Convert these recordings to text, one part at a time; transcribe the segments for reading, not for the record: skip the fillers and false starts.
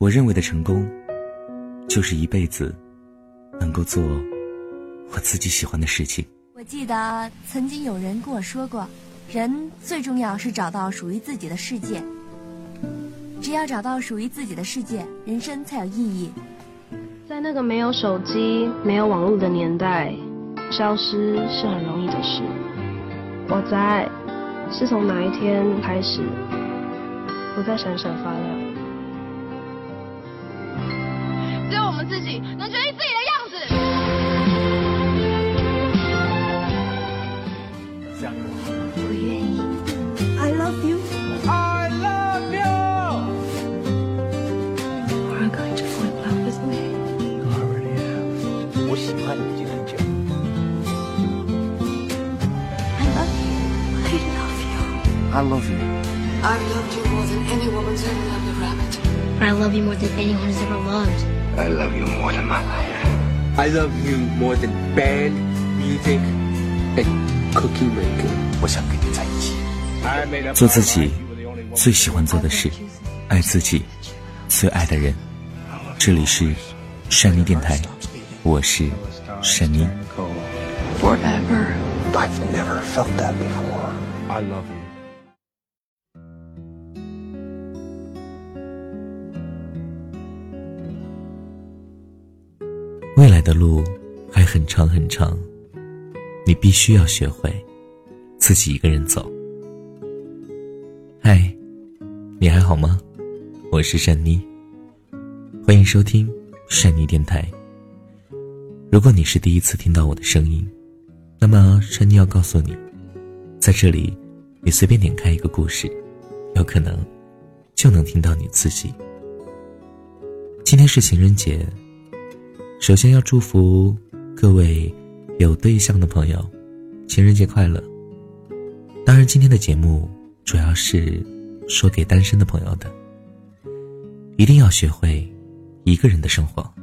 我认为的成功，就是一辈子能够做我自己喜欢的事情。 我记得曾经有人跟我说过，人最重要是找到属于自己的世界，只要找到属于自己的世界，人生才有意义。 在那个没有手机、没有网络的年代，消失是很容易的事。我在，是从哪一天开始，不再闪闪发亮。 只有我们自己能决定自己的样子。 我愿意。I love you. I love you. We're going to fall in love with me. You already have. 我喜欢你已经很久。 I love you. I love you. I love you. I've loved you more than any woman's ever loved a rabbit. But I love you more than anyone has ever loved. I love you more than my life. I love you more than band, music, and cookie making. 我想跟你在一起。 做自己最喜欢做的事，爱自己最爱的人。这里是善妮电台，我是善妮。 Forever. I've never felt that before. I love you. 未来的路还很长很长，你必须要学会自己一个人走。嗨，你还好吗？我是善妮，欢迎收听善妮电台。如果你是第一次听到我的声音，那么善妮要告诉你，在这里你随便点开一个故事，有可能就能听到你自己。今天是情人节，首先要祝福各位有对象的朋友情人节快乐。当然今天的节目主要是说给单身的朋友的，一定要学会一个人的生活。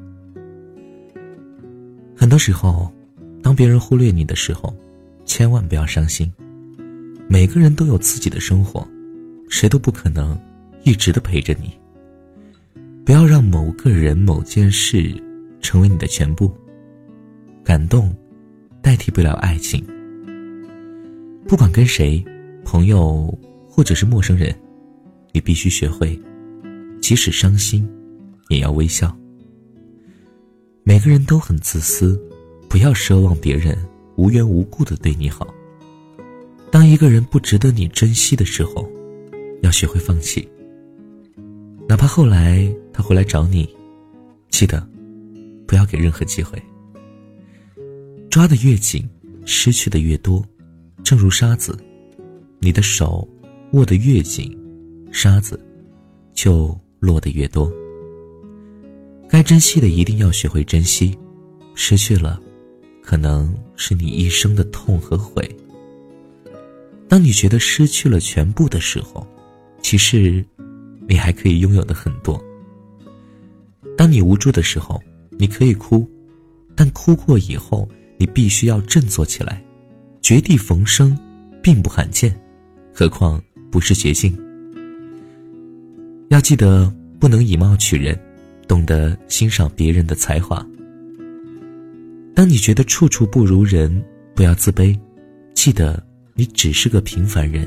很多时候当别人忽略你的时候，千万不要伤心。每个人都有自己的生活，谁都不可能一直的陪着你。不要让某个人某件事成为你的全部，感动代替不了爱情。不管跟谁，朋友或者是陌生人，你必须学会即使伤心也要微笑。每个人都很自私，不要奢望别人无缘无故的对你好。当一个人不值得你珍惜的时候，要学会放弃。哪怕后来他回来找你，记得不要给任何机会。抓得越紧，失去的越多。正如沙子，你的手握得越紧，沙子就落得越多。该珍惜的一定要学会珍惜，失去了可能是你一生的痛和悔。当你觉得失去了全部的时候，其实你还可以拥有的很多。当你无助的时候，你可以哭，但哭过以后你必须要振作起来。绝地逢生并不罕见，何况不是绝境。要记得不能以貌取人，懂得欣赏别人的才华。当你觉得处处不如人，不要自卑，记得你只是个平凡人。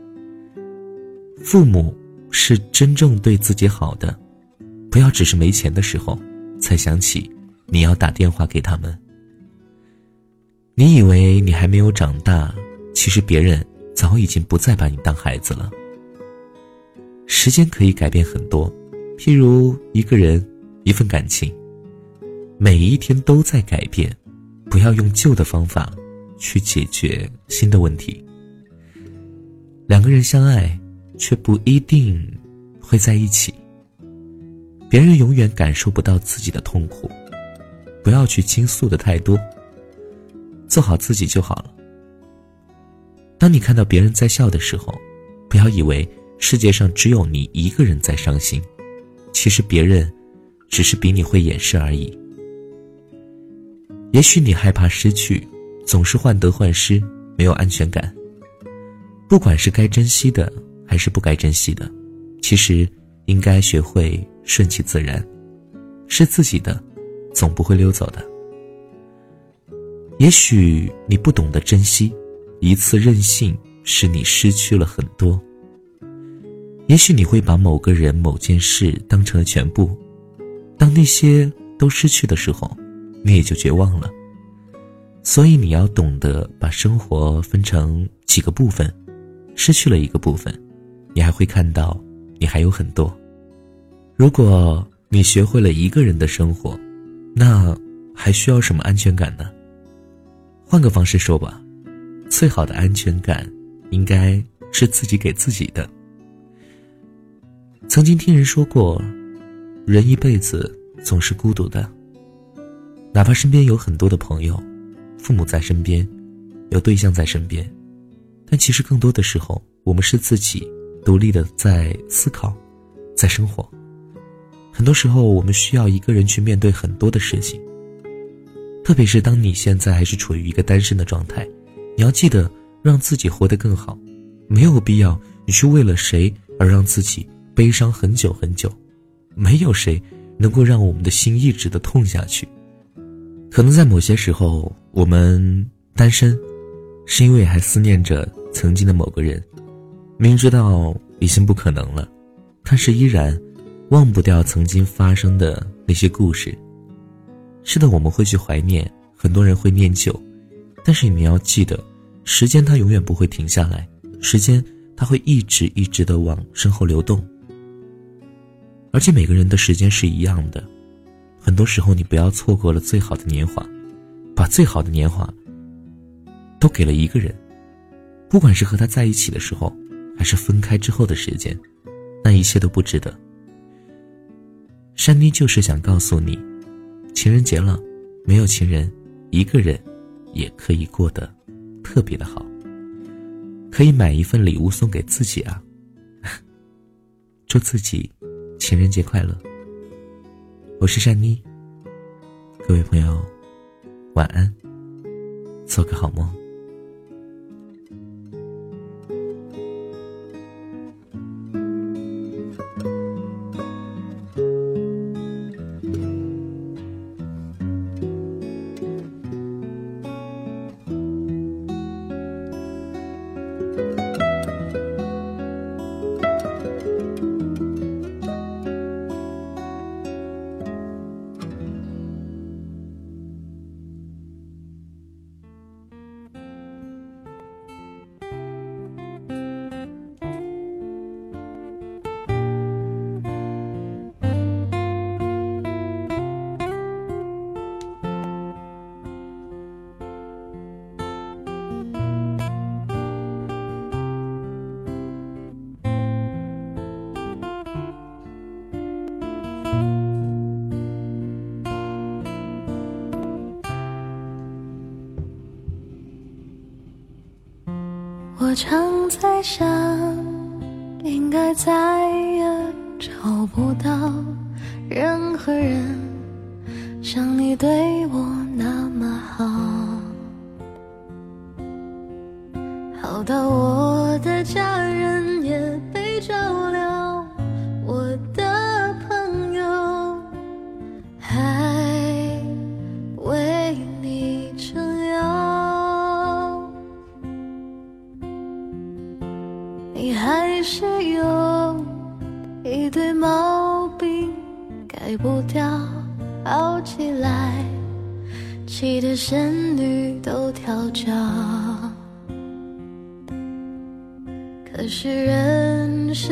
父母是真正对自己好的，不要只是没钱的时候才想起你要打电话给他们。你以为你还没有长大，其实别人早已经不再把你当孩子了。时间可以改变很多，譬如一个人，一份感情，每一天都在改变，不要用旧的方法去解决新的问题。两个人相爱，却不一定会在一起。别人永远感受不到自己的痛苦，不要去倾诉的太多，做好自己就好了。当你看到别人在笑的时候，不要以为世界上只有你一个人在伤心，其实别人只是比你会掩饰而已。也许你害怕失去，总是患得患失，没有安全感。不管是该珍惜的还是不该珍惜的，其实应该学会顺其自然，是自己的总不会溜走的。也许你不懂得珍惜，一次任性使你失去了很多。也许你会把某个人某件事当成了全部，当那些都失去的时候，你也就绝望了。所以你要懂得把生活分成几个部分，失去了一个部分，你还会看到你还有很多。如果你学会了一个人的生活，那还需要什么安全感呢？换个方式说吧，最好的安全感应该是自己给自己的。曾经听人说过，人一辈子总是孤独的，哪怕身边有很多的朋友，父母在身边，有对象在身边，但其实更多的时候，我们是自己独立的在思考，在生活。很多时候我们需要一个人去面对很多的事情，特别是当你现在还是处于一个单身的状态，你要记得让自己活得更好，没有必要你去为了谁而让自己悲伤很久很久，没有谁能够让我们的心一直的痛下去。可能在某些时候我们单身是因为还思念着曾经的某个人，明知道已经不可能了，但是依然忘不掉曾经发生的那些故事。是的，我们会去怀念，很多人会念旧，但是你要记得，时间它永远不会停下来，时间它会一直一直的往身后流动。而且每个人的时间是一样的，很多时候你不要错过了最好的年华，把最好的年华都给了一个人，不管是和他在一起的时候，还是分开之后的时间，那一切都不值得。珊妮就是想告诉你，情人节了，没有情人，一个人也可以过得特别的好，可以买一份礼物送给自己啊！祝自己情人节快乐！我是珊妮，各位朋友，晚安，做个好梦。 我常在想，应该再也找不到任何人像你对我那么好，好到我的家人也被照料，我的朋友还为你撑腰，你还是有一堆毛病改不掉，好起来气得仙女都跳脚。可是人生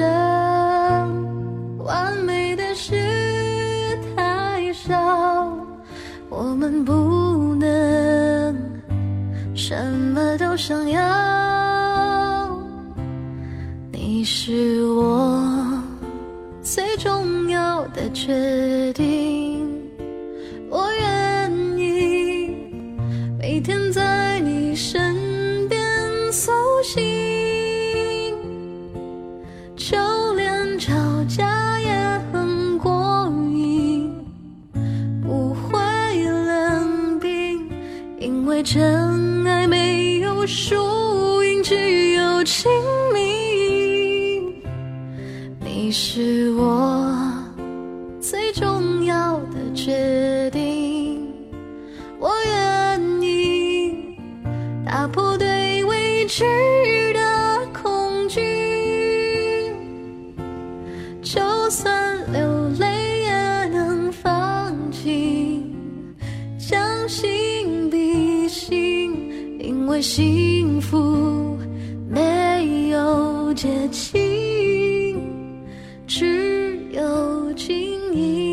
完美的事太少，我们不能什么都想要。你是我最重要的决定，我愿意每天在你身边苏醒，就连吵架也很过瘾，不会冷冰，因为真爱没有输赢，只有亲密。你是我最重要的决定。我愿意打破对未知的恐惧，就算流泪也能放弃，将心比心，因为幸福没有捷径，只有经营。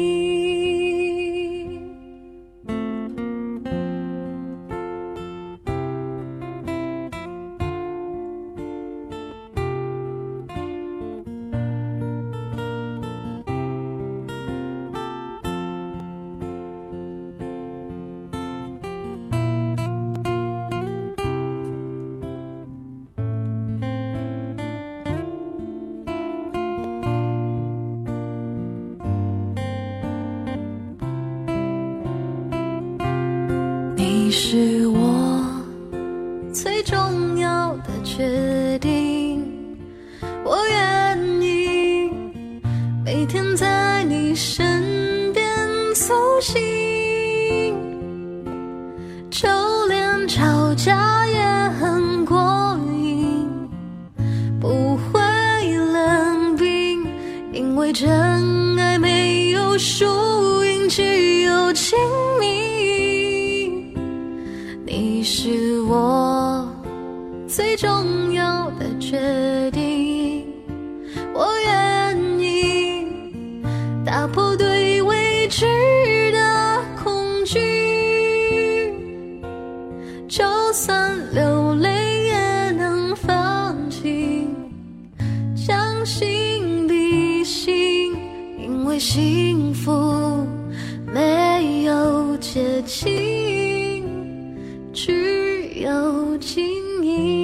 你是我最重要的决定，我愿意每天在你身边苏醒，就连吵架也很过瘾，不会冷冰，因为真爱没有输赢，只有亲密。你是我最重要的决定，我愿意打破对未知的恐惧，就算流泪也能放弃，将心比心，因为幸福没有捷径，只有经营。